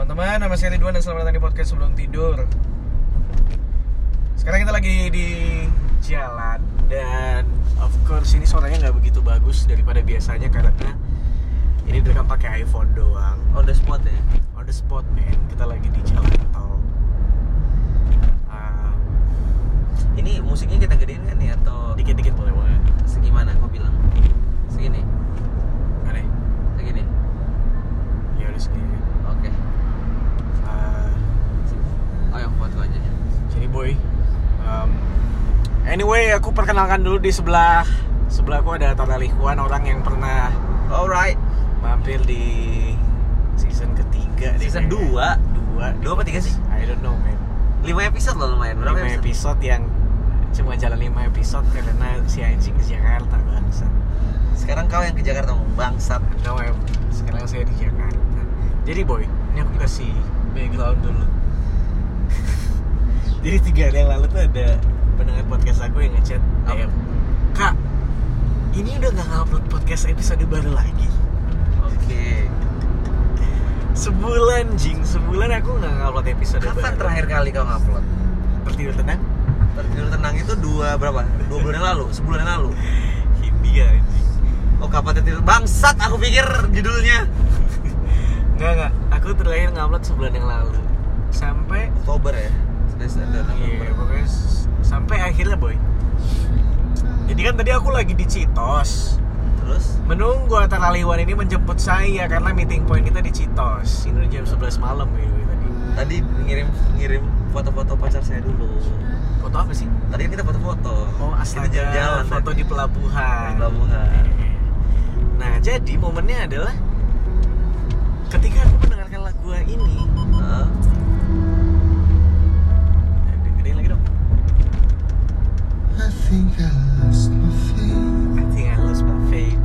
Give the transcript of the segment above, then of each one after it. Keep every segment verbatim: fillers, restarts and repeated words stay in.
Teman-teman, nama saya Ridwan dan selamat datang di podcast sebelum tidur. Sekarang kita lagi di jalan dan of course ini suaranya nggak begitu bagus daripada biasanya karena ini direkam pakai iPhone doang. On the spot ya? On the spot man, kita lagi di jalan tol. Uh, Ini musiknya kita gedein kan nih atau dikit-dikit boleh boleh. segimana kau bilang? Segini? Mana? Segini? Ya udah segini. Oke. Uh, Oh yang foto aja. Jadi boy, um, anyway aku perkenalkan dulu di sebelah sebelahku ada Tata Lihwan, orang yang pernah Alright. mampir di season ketiga. Season dua? Dua. Dua apa tiga sih? I don't know man. lima episode loh lumayan. Berapa lima episode? episode yang cuma jalan lima episode karena si anjing ke Jakarta bangsat. Sekarang kau yang ke Jakarta mau bangsat. No, em. Sekarang saya di Jakarta. Jadi boy, ini aku kasih background dulu. Jadi tiga hari yang lalu tuh ada pendengar podcast aku yang ngechat, Apa? Kak, ini udah nggak ngupload podcast episode baru lagi. Oke. Sebulan jing, sebulan aku nggak ngupload episode Kapan baru. terakhir kali kau ngupload? Tertidur tenang? Tertidur tenang itu dua berapa? Dua bulan yang lalu? Sebulan yang lalu? Hindia anjing. Oh kapan tertidur? Bangsat aku pikir judulnya. Nggak nggak, aku terakhir ngupload sebulan yang lalu. Sampai Oktober ya? Sudah sudah iya, pokoknya s- sampai akhirnya boy. Jadi kan tadi aku lagi di Citos. Terus? Menunggu Tata Lihwan ini menjemput saya karena meeting point kita di Citos. Ini udah jam sebelas malam gitu tadi. Tadi ngirim ngirim foto-foto pacar saya dulu. Foto apa sih? Tadi kan kita foto-foto. Oh Kita astaga, jalan-jalan foto tadi. di pelabuhan. Di pelabuhan. Nah jadi momennya adalah ketika aku mendengarkan lagu ini. Hah? Eh, gedein lagi dong. I think I lost my faith. I think I lost my faith.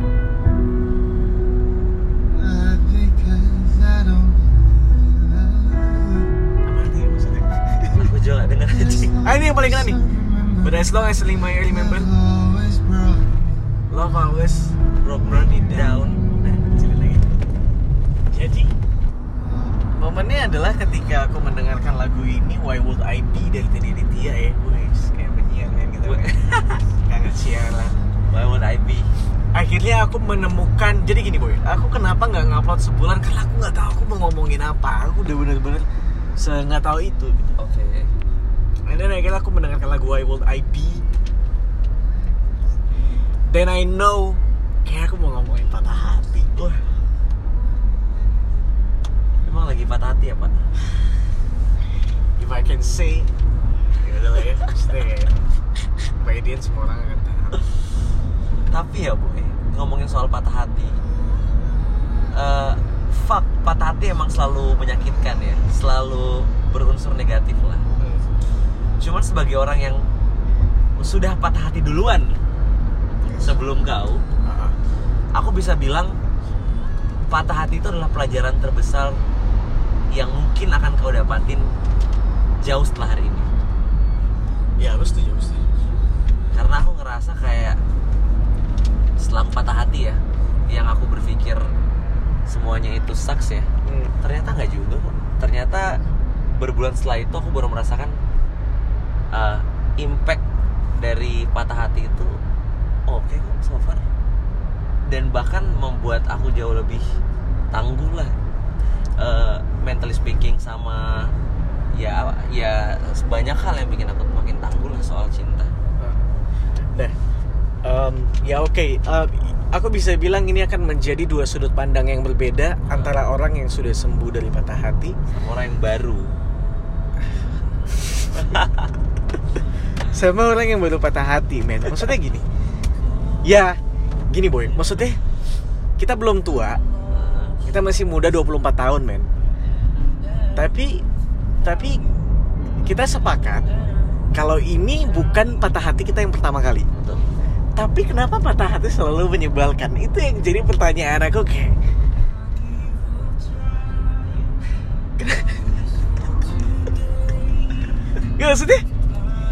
Not because I don't believe love. Apa artinya maksudnya? Aku juga gak denger anjing. Ah ini yang paling keren nih. But as long as I remember, Always brought me. love always Broke me down. Nah, kecilin lagi. Jadi momennya adalah ketika aku mendengarkan lagu ini Why Would I Be dari Teddy Aditya ya, guys, kayak penyiar kan gitu kan. Kangen siaran. Why would I be? Akhirnya aku menemukan, jadi gini boy, aku kenapa nggak ngupload sebulan karena aku nggak tahu aku mau ngomongin apa. Aku udah bener-bener se nggak tahu itu. Gitu. Oke. Dan akhirnya aku mendengarkan lagu Why Would I Be. Then I know kayak aku mau ngomongin patah hati. Wah. Emang lagi patah hati ya Pak? If I can say, ya udah lah ya, maksudnya kayak by the end semua orang akan tahu. Tapi ya boy, ngomongin soal patah hati, uh, fuck, patah hati emang selalu menyakitkan ya, selalu berunsur negatif lah. Cuman sebagai orang yang sudah patah hati duluan sebelum kau, Uh-huh. aku bisa bilang patah hati itu adalah pelajaran terbesar yang mungkin akan kau dapatin jauh setelah hari ini. Ya, aku setuju, aku setuju. Karena aku ngerasa kayak setelah aku patah hati ya, yang aku berpikir semuanya itu sucks ya, Hmm. ternyata nggak juga kok. Ternyata berbulan setelah itu aku baru merasakan uh, impact dari patah hati itu oke kok so far, dan bahkan membuat aku jauh lebih tangguh lah, uh, mentally speaking, sama ya ya banyak hal yang bikin aku makin tangguh lah soal cinta. Nah, um, ya oke, okay. uh, aku bisa bilang ini akan menjadi dua sudut pandang yang berbeda antara orang yang sudah sembuh dari patah hati Sama orang yang baru. sama orang yang baru patah hati, men. Maksudnya gini, ya gini boy, maksudnya kita belum tua, kita masih muda dua puluh empat tahun, men. Tapi tapi kita sepakat kalau ini bukan patah hati kita yang pertama kali. Betul. Tapi kenapa patah hati selalu menyebalkan? Itu yang jadi pertanyaan aku kayak Gak maksudnya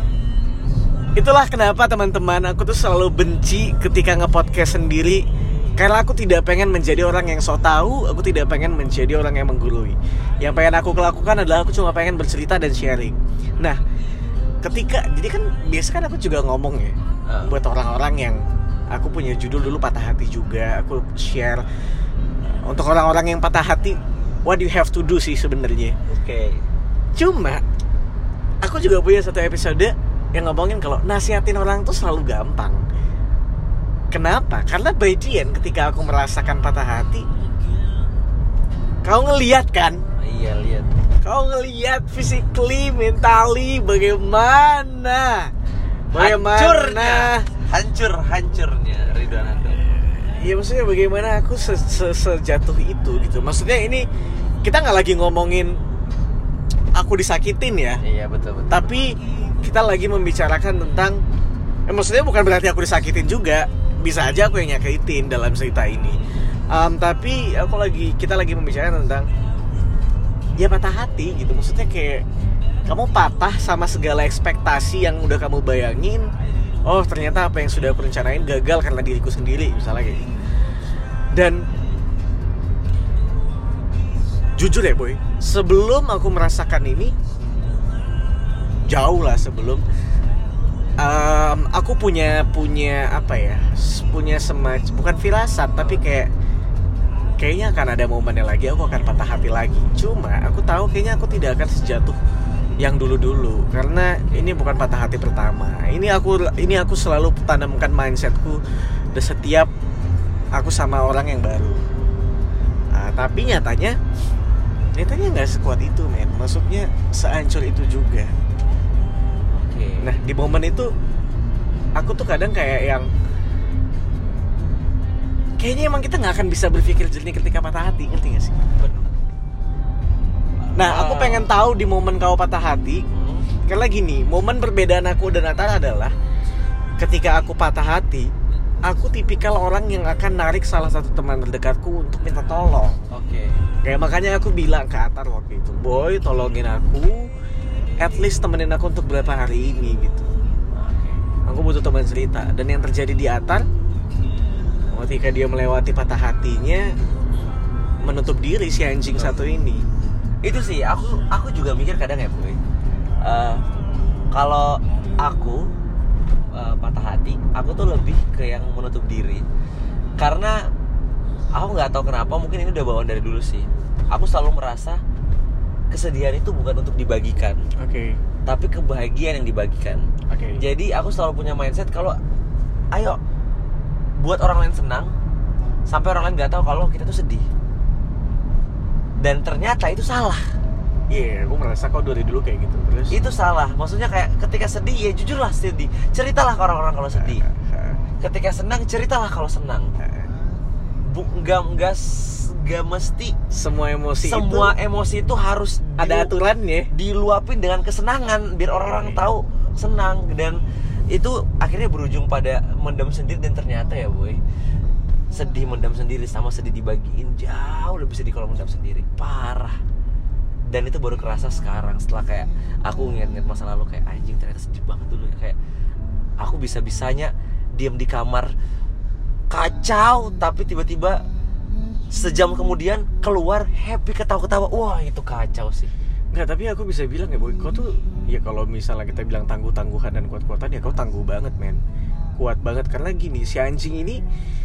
itulah kenapa teman-teman aku tuh selalu benci ketika nge-podcast sendiri Karena aku tidak pengen menjadi orang yang sok tahu, aku tidak pengen menjadi orang yang menggurui. Yang pengen aku lakukan adalah aku cuma pengen bercerita dan sharing. Nah, ketika jadi kan biasa kan aku juga ngomong ya uh. buat orang-orang yang aku punya judul dulu patah hati juga, aku share untuk orang-orang yang patah hati what you have to do sih sebenarnya. Oke. Okay. Cuma aku juga punya satu episode yang ngomongin kalau nasihatin orang tuh selalu gampang. Kenapa? Karena by the end ketika aku merasakan patah hati, kau ngelihat kan? Iya, lihat. Kau ngelihat physically, mentally bagaimana? Bagaimana? Hancurnya, hancur, hancurnya Ridwan Handoko. Iya, maksudnya bagaimana aku se- se- sejatuh itu gitu. Maksudnya ini kita nggak lagi ngomongin aku disakitin ya. Iya, betul betul. Tapi kita lagi membicarakan tentang, eh, maksudnya bukan berarti aku disakitin juga. Bisa aja aku yang nyakitin dalam cerita ini. Um, tapi aku lagi, kita lagi membicarakan tentang ya patah hati gitu. Maksudnya kayak kamu patah sama segala ekspektasi yang udah kamu bayangin. Oh, ternyata apa yang sudah aku rencanain gagal karena diriku sendiri, misalnya kayak gitu. Dan jujur ya boy, sebelum aku merasakan ini, jauh lah sebelum, um, aku punya punya apa ya, punya semacam bukan firasat tapi kayak kayaknya akan ada momennya lagi aku akan patah hati lagi. Cuma aku tahu kayaknya aku tidak akan sejatuh yang dulu-dulu karena ini bukan patah hati pertama. Ini aku ini aku selalu tanamkan mindsetku di setiap aku sama orang yang baru. Nah, tapi nyatanya nyatanya nggak sekuat itu men. Maksudnya sehancur itu juga. Oke. Nah di momen itu aku tuh kadang kayak yang kayaknya emang kita nggak akan bisa berpikir jernih ketika patah hati, ngerti nggak sih? Nah, aku pengen tahu di momen kau patah hati, hmm. karena gini, momen perbedaan aku dan Atar adalah ketika aku patah hati, aku tipikal orang yang akan narik salah satu teman terdekatku untuk minta tolong. Oke. Okay. Kayak makanya aku bilang ke Atar waktu itu, boy, tolongin aku, at least temenin aku untuk berapa hari ini gitu. Okay. Aku butuh teman cerita. Dan yang terjadi di Atar, ketika dia melewati patah hatinya, menutup diri si anjing satu ini. Itu sih aku aku juga mikir kadang ya boy, uh, kalau aku uh, patah hati aku tuh lebih ke yang menutup diri karena aku nggak tahu kenapa, mungkin ini udah bawaan dari dulu sih. Aku selalu merasa kesedihan itu bukan untuk dibagikan, oke, okay. tapi kebahagiaan yang dibagikan. Okay. Jadi aku selalu punya mindset kalau ayo buat orang lain senang sampai orang lain nggak tahu kalau kita tuh sedih. Dan ternyata itu salah. Iya, yeah, aku merasa kau dari dulu kayak gitu. Terus itu salah. Maksudnya kayak ketika sedih ya jujurlah sedih. Ceritalah ke orang-orang kalau sedih. Ketika senang ceritalah kalau senang. Bu, enggak enggak enggak mesti semua emosi semua itu emosi itu harus ada aturannya, diluapin dengan kesenangan biar orang-orang tahu senang. Dan itu akhirnya berujung pada mendam sendiri. Dan ternyata ya boy, sedih mendam sendiri sama sedih dibagiin jauh lebih sedih kalau mendam sendiri, parah. Dan itu baru kerasa sekarang setelah kayak aku ingat-ingat masa lalu, kayak anjing ternyata sedih banget dulu ya. Kayak aku bisa-bisanya diam di kamar kacau, tapi tiba-tiba sejam kemudian keluar happy ketawa-ketawa. Wah itu kacau sih. Enggak, tapi aku bisa bilang ya boy, kau tuh ya kalau misalnya kita bilang tangguh-tangguhan dan kuat-kuatan ya kau tangguh banget men, kuat banget. Karena gini, si anjing ini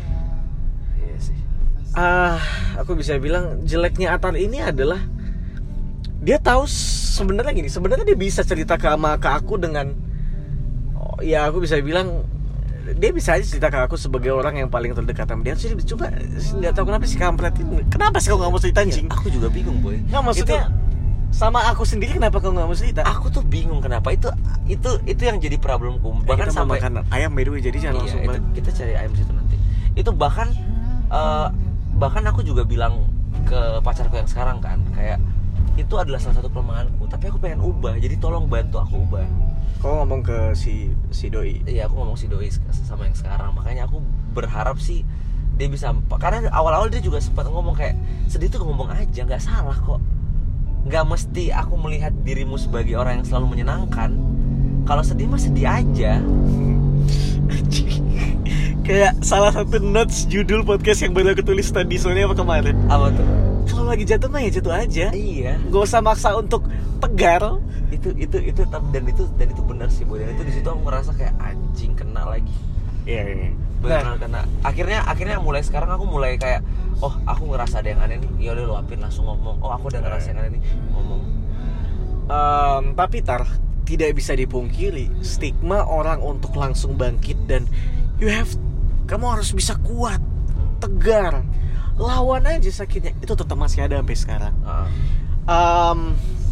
Ah, uh, aku bisa bilang jeleknya Atar ini adalah dia tahu sebenarnya gini, sebenarnya dia bisa cerita ke sama ke aku dengan oh, ya aku bisa bilang dia bisa aja cerita ke aku sebagai orang yang paling terdekat sama dia. Jadi coba nggak tahu kenapa si kampret ini, kenapa sih kau nggak mau cerita anjing? Ya, aku juga bingung boy. Nggak, maksudnya itu, sama aku sendiri kenapa kau nggak mau cerita? Aku tuh bingung kenapa itu itu itu yang jadi problemku. Bahkan eh, sampai makan ayam by the way, jadi jangan iya, langsung itu, kita cari ayam situ nanti. Itu bahkan uh, bahkan aku juga bilang ke pacarku yang sekarang kan, kayak itu adalah salah satu kelemahanku, tapi aku pengen ubah, jadi tolong bantu aku ubah. Kau ngomong ke si si doi? Iya, aku ngomong si doi sama yang sekarang. Makanya aku berharap sih dia bisa, karena awal-awal dia juga sempat ngomong kayak sedih tuh ngomong aja, nggak salah kok, nggak mesti aku melihat dirimu sebagai orang yang selalu menyenangkan. Kalau sedih mah sedih aja. kayak salah satu notes judul podcast yang baru aku tulis tadi, soalnya apa kemarin? Apa tuh? Kalau lagi jatuh mah ya jatuh aja. Iya. Gak usah maksa untuk tegar. Itu itu itu dan itu dan itu benar sih boy. Dan itu di situ aku ngerasa kayak anjing kena lagi. Iya, iya. Benar kena. Akhirnya akhirnya mulai sekarang aku mulai kayak oh aku ngerasa ada yang aneh nih. Ya udah luapin langsung ngomong. Oh aku udah ngerasa yang aneh nih, ngomong. Um, tapi tar tidak bisa dipungkiri stigma orang untuk langsung bangkit dan you have kamu harus bisa kuat, tegar, lawan aja sakitnya, itu tetap masih ada sampai sekarang. Uh. Um,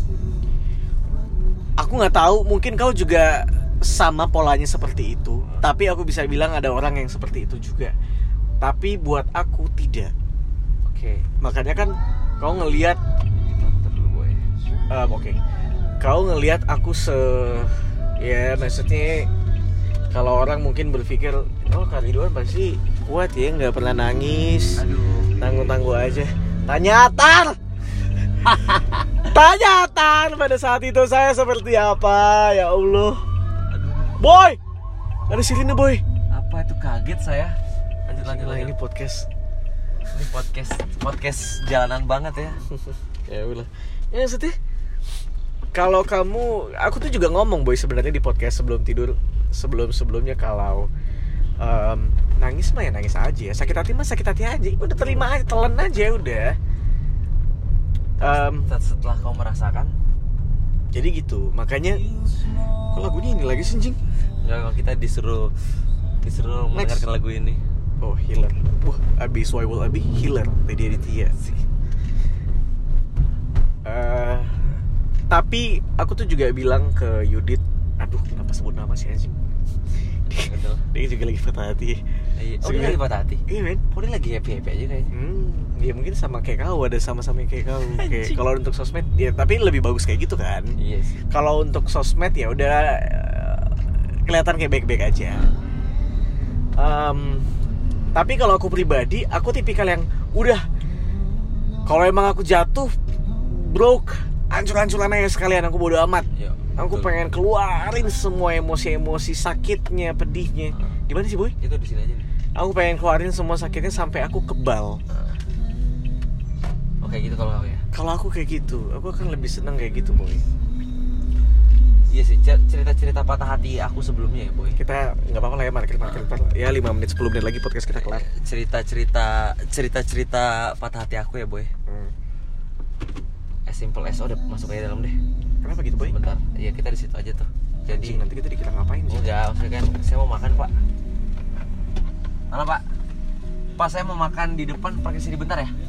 aku nggak tahu, mungkin kau juga sama polanya seperti itu, tapi aku bisa bilang ada orang yang seperti itu juga. Tapi buat aku tidak. Oke. Okay. Makanya kan kau ngelihat, um, oke. Okay. Kau ngelihat aku se ya maksudnya kalau orang mungkin berpikir oh Kak Ridwan pasti kuat ya, nggak pernah nangis, aduh tangguh-tangguh aja. Tanya Tar, tanya Tar pada saat itu saya seperti apa, ya Allah. Aduh. Boy, ada sirine boy. Apa itu, kaget saya. Lanjut lanjut Gila, lanjut. ini podcast, ini podcast podcast jalanan banget ya. Ya udah. Ya maksudnya kalau kamu, aku tuh juga ngomong boy sebenarnya di podcast sebelum tidur, sebelum sebelumnya kalau um, nangis mah ya nangis aja, sakit hati mah sakit hati aja, udah terima aja, telan aja udah. Um, Setelah kau merasakan, jadi gitu, makanya kok lagunya ini lagi sih, Jing? Enggak, kita disuruh disuruh Next. mendengarkan lagu ini. Oh, Healer. Wah, Abi Swaywell Abi Healer dari Aditya sih. Uh, tapi aku tuh juga bilang ke Yudit, aduh kenapa sebut nama sih anjing? Dia, dia juga lagi patah hati. Oh, dia lagi patah hati? Iya men. Oh, dia lagi happy-happy aja kayaknya. Hmm, dia mungkin sama kayak kau, ada sama-sama kayak kau. Kayak kalau untuk sosmed ya, tapi lebih bagus kayak gitu kan. Iya sih. Kalau untuk sosmed ya udah uh, kelihatan kayak baik-baik aja. Um, tapi kalau aku pribadi, aku tipikal yang udah, kalau emang aku jatuh, broke, hancur-hancuran aja sekalian, aku bodo amat. Yo, aku betul. pengen keluarin semua emosi-emosi sakitnya, pedihnya. Di mana sih boy? Itu di sini aja nih. Aku pengen keluarin semua sakitnya sampai aku kebal. Oke gitu kalau aku ya. Kalau aku kayak gitu, aku akan lebih senang kayak gitu boy. Iya sih, cerita-cerita patah hati aku sebelumnya ya boy. Kita nggak apa-apa lah ya, market-market ntar. Ya lima menit sepuluh menit lagi podcast kita kelar. Cerita-cerita cerita-cerita patah hati aku ya boy. Hmm. As simple as, oh, udah masuk aja dalam deh. Kenapa gitu boy? Sebentar, iya kita di situ aja tuh. Jadi Anjing, nanti kita dikira ngapain sih? enggak, maksudnya kan saya mau makan pak. Mana pak? Pak saya mau makan di depan, parkir sini bentar ya.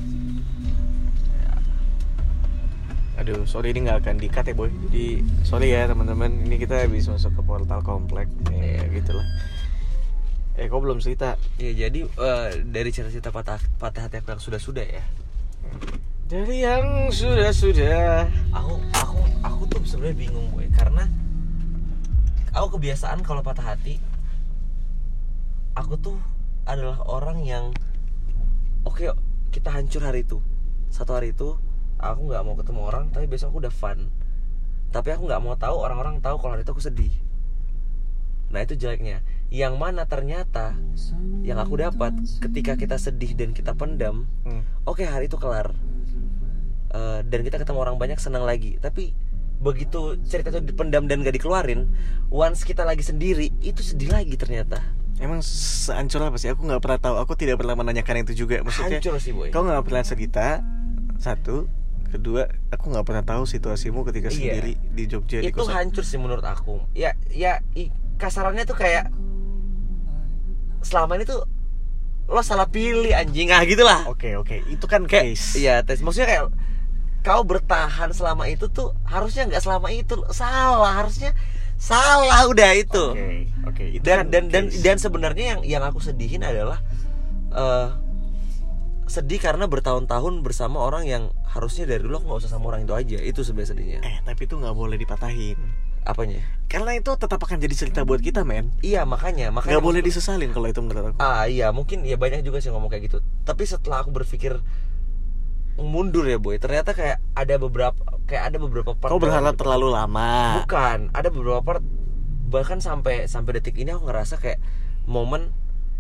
Aduh, sorry ini nggak akan di-cut ya boy. Jadi sorry ya teman-teman, ini kita habis masuk ke portal komplek. Ya gitulah. Eh, kok belum cerita? Iya, jadi uh, dari cerita-cerita patah patah hati aku yang sudah-sudah ya. Dari yang sudah-sudah. Aku aku aku tuh sebenarnya bingung boy, karena aku kebiasaan kalau patah hati, aku tuh adalah orang yang oke okay, kita hancur hari itu, satu hari itu aku nggak mau ketemu orang, tapi besok aku udah fun. Tapi aku nggak mau tahu orang-orang tahu kalau hari itu aku sedih. Nah itu jeleknya. Yang mana ternyata yang aku dapat ketika kita sedih dan kita pendam, Hmm. oke okay, hari itu kelar. Uh, dan kita ketemu orang banyak, senang lagi. Tapi begitu cerita itu dipendam dan gak dikeluarin, once kita lagi sendiri, itu sedih lagi ternyata. Emang sehancur apa sih? Aku nggak pernah tahu. Aku tidak pernah menanyakan itu juga. Maksudnya, Hancur sih boy. kau nggak pernah cerita. Satu, kedua, aku nggak pernah tahu situasimu ketika Iya. sendiri di Jogja di Itu kosan. hancur sih menurut aku. Ya, ya i- kasarannya tuh kayak selama ini tuh lo salah pilih anjing, ah gitulah. Oke oke, itu kan Kayak, case. iya tes. Maksudnya kayak kau bertahan selama itu tuh harusnya nggak selama itu, salah harusnya salah udah itu. Oke oke. Itu Dan kan dan dan case. dan sebenarnya yang yang aku sedihin adalah eh, sedih karena bertahun-tahun bersama orang yang harusnya dari dulu aku nggak usah sama orang itu aja. Itu sebenarnya sedihnya. Eh tapi itu nggak boleh dipatahin. Apanya? Karena itu tetap akan jadi cerita buat kita men. Iya makanya makanya Nggak boleh maksud- disesalin kalau itu menurut aku. Ah iya mungkin ya banyak juga sih ngomong kayak gitu. Tapi setelah aku berpikir mundur ya boy, ternyata kayak ada beberapa kayak ada beberapa part. Kau berharap dalam- terlalu lama. Bukan, ada beberapa part bahkan sampai sampai detik ini aku ngerasa kayak momen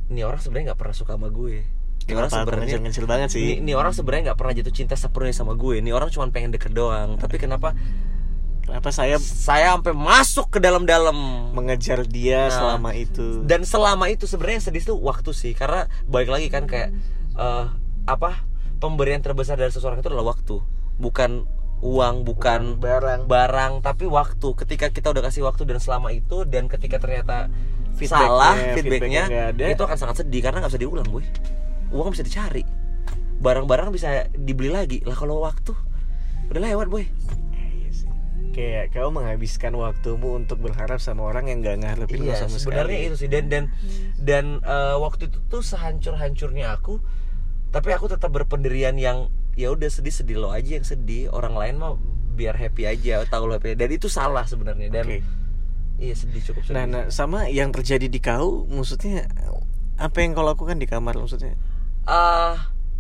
Nih orang sebenarnya nggak pernah suka sama gue. Nih orang Kenapa aku sebenarnya ngecil-ngecil banget sih? Nih, nih orang sebenarnya nggak pernah jatuh cinta sepenuhnya sama gue. Nih orang cuma pengen deket doang. Tapi kenapa Kenapa saya saya sampai masuk ke dalam-dalam mengejar dia Nah, selama itu? dan selama itu sebenarnya yang sedih tuh waktu sih. Karena balik lagi kan kayak eh, apa pemberian terbesar dari seseorang itu adalah waktu, bukan uang, bukan barang. barang, tapi waktu. Ketika kita udah kasih waktu dan selama itu, dan ketika ternyata Feedbacknya- salah feedbacknya feedbacknya, nggak ada. itu akan sangat sedih karena nggak bisa diulang, boy. Uang bisa dicari, barang-barang bisa dibeli lagi lah. Kalau waktu udah lewat, boy. Iya sih. Kayak kau menghabiskan waktumu untuk berharap sama orang yang gak ngarepin lo Iya, sama sebenarnya sekali. itu sih. Dan dan dan eh, waktu itu tuh sehancur-hancurnya aku, tapi aku tetap berpendirian yang ya udah sedih-sedih lo aja yang sedih, orang lain mah biar happy aja, tahu lo happy. Dan itu salah sebenarnya. Dan Oke. iya sedih, cukup sedih. Nah, nah, sama yang terjadi di kau, maksudnya apa yang kau lakukan di kamar maksudnya? Eh,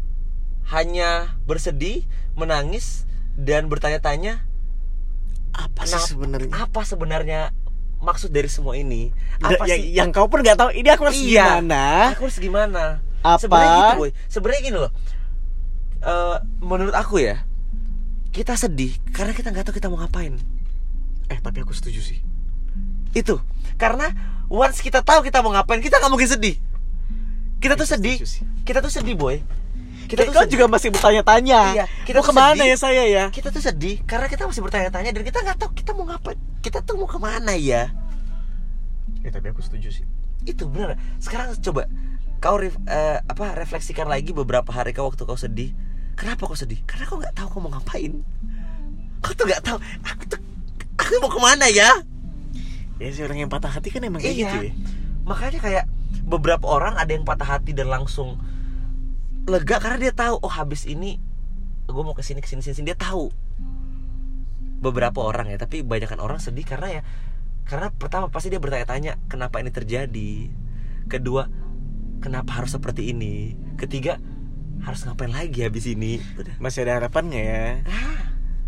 hanya bersedih, menangis, dan bertanya-tanya Apa sih kenapa- sebenarnya? apa sebenarnya maksud dari semua ini? Apa yang, sih? yang kau pun nggak tahu. Ini aku harus Iya. gimana? Aku harus gimana? Apa? Sebenarnya gitu, boy. Sebenarnya gini loh. Eh, menurut aku ya, kita sedih karena kita nggak tahu kita mau ngapain. Eh, tapi aku setuju sih. Itu karena once kita tahu kita mau ngapain, kita nggak mungkin sedih. Kita tuh Aku sedih. setuju sih. Kita tuh sedih, boy. Kita Kita tuh kau sedih. juga masih bertanya-tanya. Iya, kita Mau tuh kemana sedih. ya saya ya? Kita tuh sedih karena kita masih bertanya-tanya dan kita nggak tahu kita mau ngapain. Kita tuh mau kemana ya? Ya, tapi aku setuju sih. Itu benar. Sekarang coba kau ref- eh, apa refleksikan lagi beberapa hari kau waktu kau sedih. Kenapa kau sedih? Karena kau nggak tahu kau mau ngapain. Kau tuh nggak tahu. Aku tuh aku mau kemana ya? Ya sih, orang yang patah hati kan emang kayak Iya. gitu ya. Makanya kayak beberapa orang ada yang patah hati dan langsung lega karena dia tahu, oh habis ini gue mau kesini kesini kesini. Dia tahu. Beberapa orang ya, tapi kebanyakan orang sedih karena ya karena pertama pasti dia bertanya-tanya kenapa ini terjadi. Kedua, kenapa harus seperti ini. Ketiga, harus ngapain lagi habis ini. Udah. Masih ada harapan nggak ya? Ah.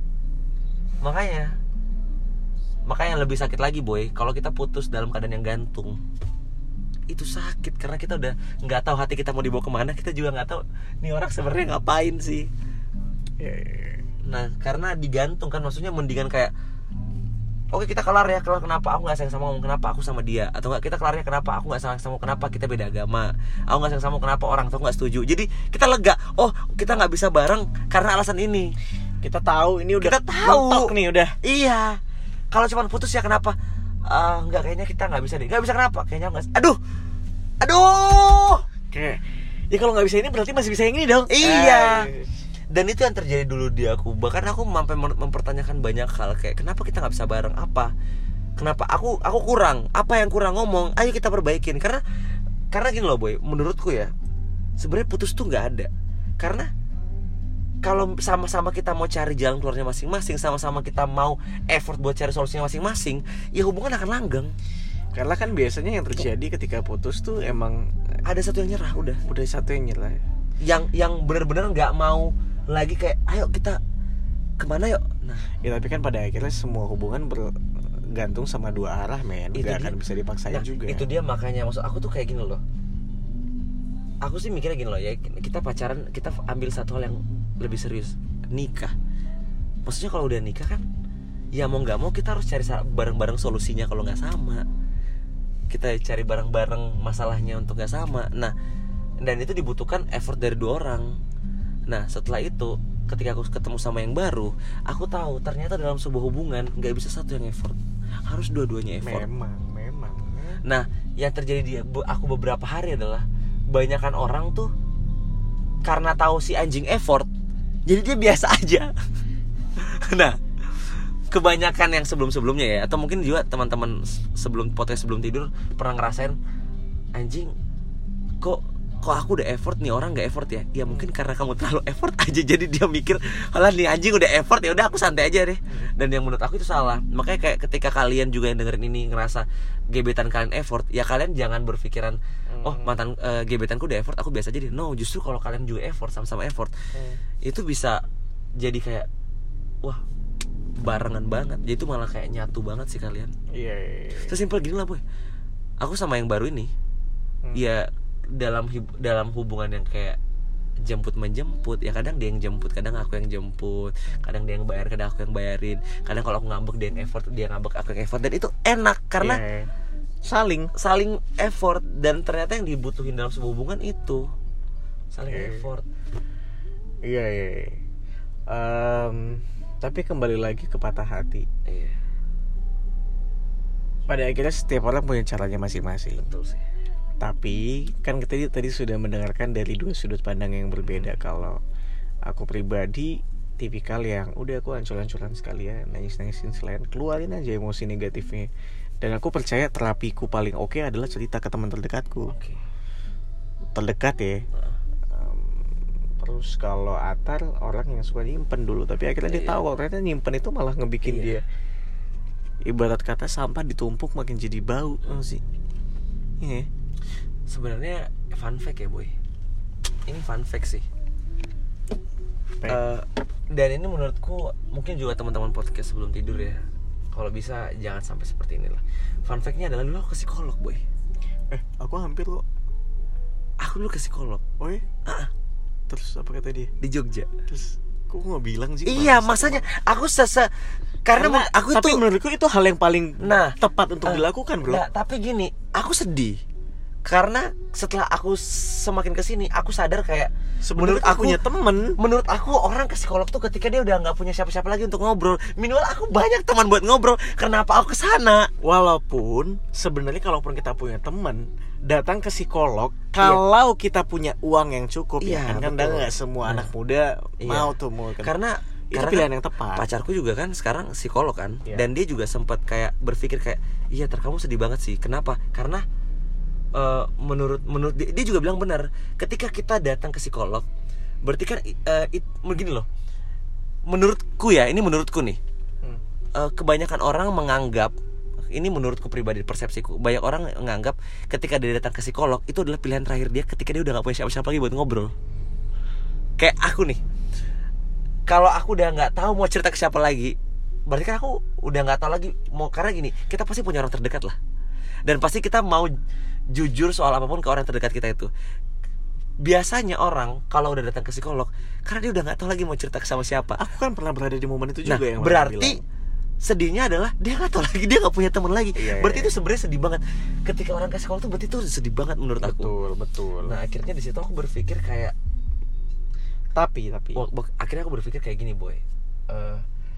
Makanya Makanya yang lebih sakit lagi, boy, kalau kita putus dalam keadaan yang gantung. Itu sakit karena kita udah nggak tahu hati kita mau dibawa kemana. Kita juga nggak tahu nih orang sebenarnya ngapain sih. Ya, ya, ya. Nah karena digantung kan, maksudnya mendingan kayak oke kita kelar ya, kelar kenapa aku nggak sayang sama kamu, kenapa aku sama dia. Atau nggak kita kelar ya, kenapa aku nggak sayang sama kamu, kenapa kita beda agama. Aku nggak sayang sama kamu, kenapa orang tuh nggak setuju. Jadi kita lega, oh kita nggak bisa bareng karena alasan ini. Kita tahu ini udah Kita tahu. mentok nih udah. Iya. Kalau cuma putus ya kenapa? Eh, nggak, kayaknya kita nggak bisa deh. Nggak bisa kenapa? Kayaknya nggak. Aduh, aduh. Kayak ya kalau nggak bisa ini berarti masih bisa yang ini dong. Iya. Eh, Dan itu yang terjadi dulu di aku. Bahkan aku sampai mem- mempertanyakan banyak hal kayak kenapa kita nggak bisa bareng, apa? Kenapa aku aku kurang? Apa yang kurang ngomong? Ayo kita perbaikin. Karena karena gini loh, boy. Menurutku ya, sebenarnya putus tuh nggak ada. Karena kalau sama-sama kita mau cari jalan keluarnya masing-masing, sama-sama kita mau effort buat cari solusinya masing-masing, ya hubungan akan langgeng. Karena kan biasanya yang terjadi ketika putus tuh emang Ada satu yang nyerah udah. udah satu yang nyerah. Yang yang benar-benar nggak mau lagi kayak ayo kita kemana yuk. Nah, Ya tapi kan pada akhirnya semua hubungan bergantung sama dua arah, men. Itu Gak dia. akan bisa dipaksain nah, juga. itu dia makanya maksud aku tuh kayak gini loh. Aku sih mikirnya gini loh ya, kita pacaran, kita ambil satu hal yang lebih serius, nikah. Maksudnya kalau udah nikah kan, ya mau nggak mau kita harus cari sa- bareng-bareng solusinya kalau nggak sama. Kita cari bareng-bareng masalahnya untuk nggak sama. Nah, dan itu dibutuhkan effort dari dua orang. Nah, setelah itu, ketika aku ketemu sama yang baru, aku tahu ternyata dalam sebuah hubungan nggak bisa satu yang effort, harus dua-duanya effort. Memang, memang. Nah, yang terjadi di aku beberapa hari adalah banyakan orang tuh karena tahu si anjing effort, jadi dia biasa aja. Nah, kebanyakan yang sebelum-sebelumnya ya, atau mungkin juga teman-teman sebelum podcast sebelum tidur pernah ngerasain anjing kok kok aku udah effort nih orang nggak effort ya. Ya mungkin karena kamu terlalu effort aja, jadi dia mikir halah nih anjing udah effort ya udah aku santai aja deh. Dan yang menurut aku itu salah. Makanya kayak ketika kalian juga yang dengerin ini ngerasa gebetan kalian effort, ya kalian jangan berpikiran oh mantan uh, gebetanku udah effort aku biasa aja deh. No, justru kalau kalian juga effort, sama-sama effort, itu bisa jadi kayak wah barengan banget. Jadi itu malah kayak nyatu banget sih kalian. Iya, iya, iya. Sesimpel gini lah, boy. Aku sama yang baru ini Hmm. ya dalam hib- dalam hubungan yang kayak jemput menjemput, ya kadang dia yang jemput, kadang aku yang jemput, kadang dia yang bayar, kadang aku yang bayarin, kadang kalau aku ngambek dia yang effort, dia ngambek aku yang effort, dan itu enak karena yeah. saling saling effort, dan ternyata yang dibutuhin dalam sebuah hubungan itu saling yeah. effort. Iya iya. iya. Um, tapi kembali lagi ke patah hati. Iya. Pada akhirnya setiap orang punya caranya masing-masing. Betul sih. Tapi kan kita tadi, tadi sudah mendengarkan dari dua sudut pandang yang berbeda. Kalau aku pribadi tipikal yang udah aku ancur-ancuran sekalian, nangis-nangisin selain keluarin aja emosi negatifnya. Dan aku percaya terapiku paling oke adalah cerita ke teman terdekatku. Oke. Terdekat ya. Um, terus kalau Atar orang yang suka nyimpen dulu, tapi akhirnya dia Iya. tahu kalau ternyata nyimpen itu malah ngebikin Iya. dia ibarat kata sampah ditumpuk makin jadi bau hmm. sih. Iya. Sebenarnya fun fact ya boy, ini fun fact sih. Uh, dan ini menurutku mungkin juga teman-teman podcast sebelum tidur ya, kalau bisa jangan sampai seperti inilah. Fun fact-nya adalah dulu aku ke psikolog boy. Eh, aku hampir loh. Aku dulu ke psikolog. Oh ya? Uh-uh. Terus apa kata dia? Di Jogja. Terus kok nggak bilang sih? Iya, masanya aku sese karena, karena aku tapi itu menurutku itu hal yang paling nah tepat untuk uh, dilakukan bro. Nah, tapi gini, aku sedih karena setelah aku semakin kesini aku sadar kayak sebenarnya menurut aku punya temen. Menurut aku orang ke psikolog tuh ketika dia udah nggak punya siapa-siapa lagi untuk ngobrol. Minimal aku banyak teman buat ngobrol. Kenapa aku kesana? Walaupun sebenarnya kalaupun kita punya temen datang ke psikolog, kalau iya. kita punya uang yang cukup iya, ya kan, kan nggak semua nah, anak muda iya. mau tuh mau kan. Karena itu karena pilihan kan yang tepat. Pacarku juga kan sekarang psikolog kan, yeah. dan dia juga sempat kayak berpikir kayak, iya ter kamu sedih banget sih. Kenapa? Karena uh, menurut menurut dia, dia juga bilang benar. Ketika kita datang ke psikolog, berarti kan uh, it, begini loh. Menurutku ya, ini menurutku nih, hmm. uh, kebanyakan orang menganggap, ini menurutku pribadi persepsiku, banyak orang menganggap ketika dia datang ke psikolog itu adalah pilihan terakhir dia ketika dia udah nggak punya siapa-siapa lagi buat ngobrol. Kayak aku nih. Kalau aku udah nggak tahu mau cerita ke siapa lagi, berarti kan aku udah nggak tahu lagi mau, karena gini, kita pasti punya orang terdekat lah, dan pasti kita mau jujur soal apapun ke orang terdekat kita itu. Biasanya orang kalau udah datang ke psikolog karena dia udah nggak tahu lagi mau cerita ke sama siapa. Aku kan pernah berada di momen itu juga. Nah, yang berarti sedihnya adalah dia nggak tahu lagi, dia nggak punya teman lagi. Iya, berarti iya. itu sebenarnya sedih banget. Ketika orang ke psikolog tuh berarti itu sedih banget menurut betul, aku. Betul betul. Nah akhirnya di situ aku berpikir kayak, tapi tapi wah, akhirnya aku berpikir kayak gini boy. Uh,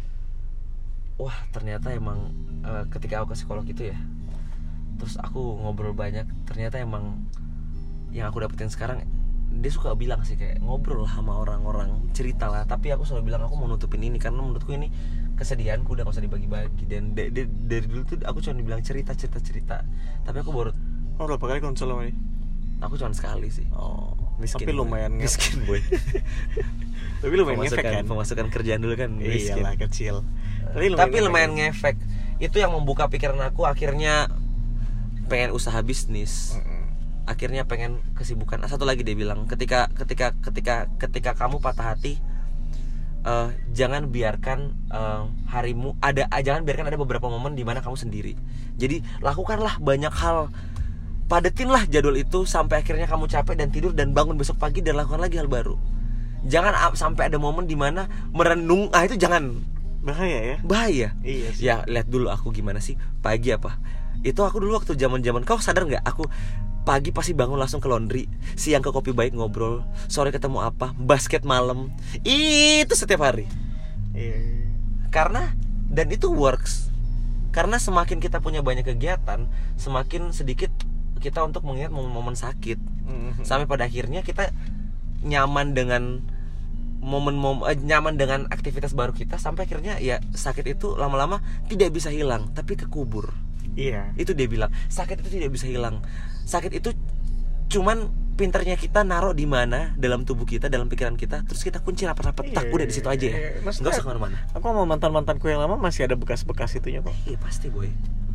wah ternyata emang uh, ketika aku ke psikolog itu ya, terus aku ngobrol banyak, ternyata emang yang aku dapetin sekarang, dia suka bilang sih kayak ngobrol lah sama orang-orang, cerita lah. Tapi aku selalu bilang aku mau nutupin ini karena menurutku ini kesedihanku udah gak usah dibagi-bagi. Dan de- de- dari dulu tuh aku cuma dibilang cerita cerita cerita. Tapi aku baru oh berapa kali konsul sama dia? Aku cuma sekali sih. Oh miskin, tapi lumayan boy. Miskin boy. Tapi lumayan ngefek kan. Pemasukan kerjaan dulu kan miskin. Iyalah kecil. Tapi lumayan, tapi lumayan ngefek. Itu yang membuka pikiran aku, akhirnya pengen usaha bisnis. Mm-mm. Akhirnya pengen kesibukan. Satu lagi dia bilang, ketika ketika ketika ketika kamu patah hati, uh, jangan biarkan uh, harimu ada uh, jangan biarkan ada beberapa momen di mana kamu sendiri. Jadi lakukanlah banyak hal. Padetinlah jadwal itu sampai akhirnya kamu capek dan tidur dan bangun besok pagi dan lakukan lagi hal baru. Jangan uh, sampai ada momen di mana merenung. Ah itu jangan. Bahaya ya? Bahaya. Iya sih. Ya lihat dulu aku gimana sih pagi apa. Itu aku dulu waktu zaman-zaman, kau sadar nggak? Aku pagi pasti bangun langsung ke laundry, siang ke kopi baik ngobrol, sore ketemu apa, basket malam. Itu setiap hari. Iya. Karena dan itu works. Karena semakin kita punya banyak kegiatan, semakin sedikit kita untuk mengingat momen-momen sakit. Mm-hmm. Sampai pada akhirnya kita nyaman dengan momen-momen eh, nyaman dengan aktivitas baru kita, sampai akhirnya ya sakit itu lama-lama tidak bisa hilang, tapi kekubur. Iya. Itu dia bilang, sakit itu tidak bisa hilang. Sakit itu cuman pinternya kita naruh di mana dalam tubuh kita, dalam pikiran kita, terus kita kunci rapat-rapat, tak udah di situ aja ya. Enggak usah kemana-mana. Aku sama mantan-mantanku yang lama masih ada bekas-bekas itunya kok. Iya pasti boy.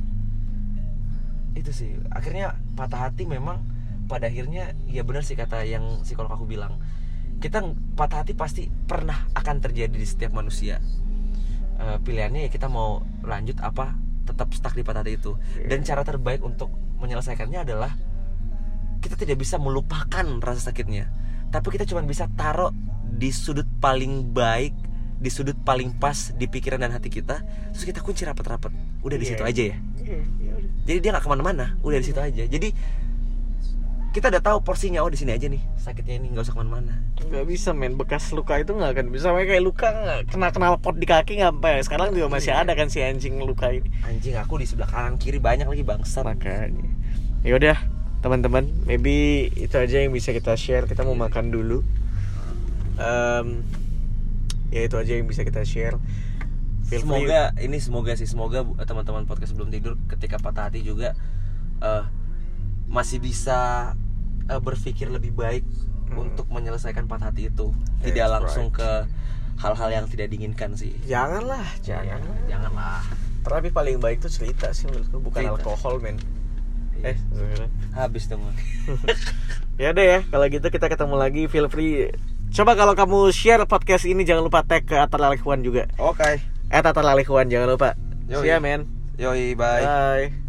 Itu sih. Akhirnya patah hati memang pada akhirnya ya benar sih kata yang psikolog aku bilang. Kita patah hati pasti pernah akan terjadi di setiap manusia. Uh, pilihannya ya kita mau lanjut apa tetap stuck di patah hati itu. Dan cara terbaik untuk menyelesaikannya adalah kita tidak bisa melupakan rasa sakitnya, tapi kita cuma bisa taruh di sudut paling baik, di sudut paling pas di pikiran dan hati kita, terus kita kunci rapat-rapat. Udah di situ Iya. aja ya. Iya, iya udah. Jadi dia nggak kemana-mana, udah di situ aja. Jadi kita udah tahu porsinya, oh di sini aja nih sakitnya ini, nggak usah kemana-mana. Nggak bisa men, bekas luka itu nggak akan bisa. Kayak luka nggak kena knalpot di kaki nggak apa. Sekarang juga masih ada kan si anjing luka ini. Anjing, aku di sebelah kanan kiri banyak lagi bangsat. Makanya. Ya udah teman-teman, maybe itu aja yang bisa kita share. Kita mau makan dulu. Um, ya itu aja yang bisa kita share. Feel free- Semoga ini semoga sih semoga bu- teman-teman podcast sebelum tidur ketika patah hati juga eh, masih bisa eh, berpikir lebih baik Hmm. untuk menyelesaikan patah hati itu, That's tidak langsung right. ke hal-hal yang tidak diinginkan sih. Janganlah, jangan. Janganlah. Terapi paling baik tuh cerita sih menurutku, bukan Cerita. alkohol men. Iya. Eh, sebenarnya. Habis dong. Ya udah ya, kalau gitu kita ketemu lagi. Feel free. Coba kalau kamu share podcast ini jangan lupa tag ke Atar Lalikuan juga. Oke. Eh Atar Lalikuan jangan lupa. Yoi. See ya men. Yoi, bye. Bye.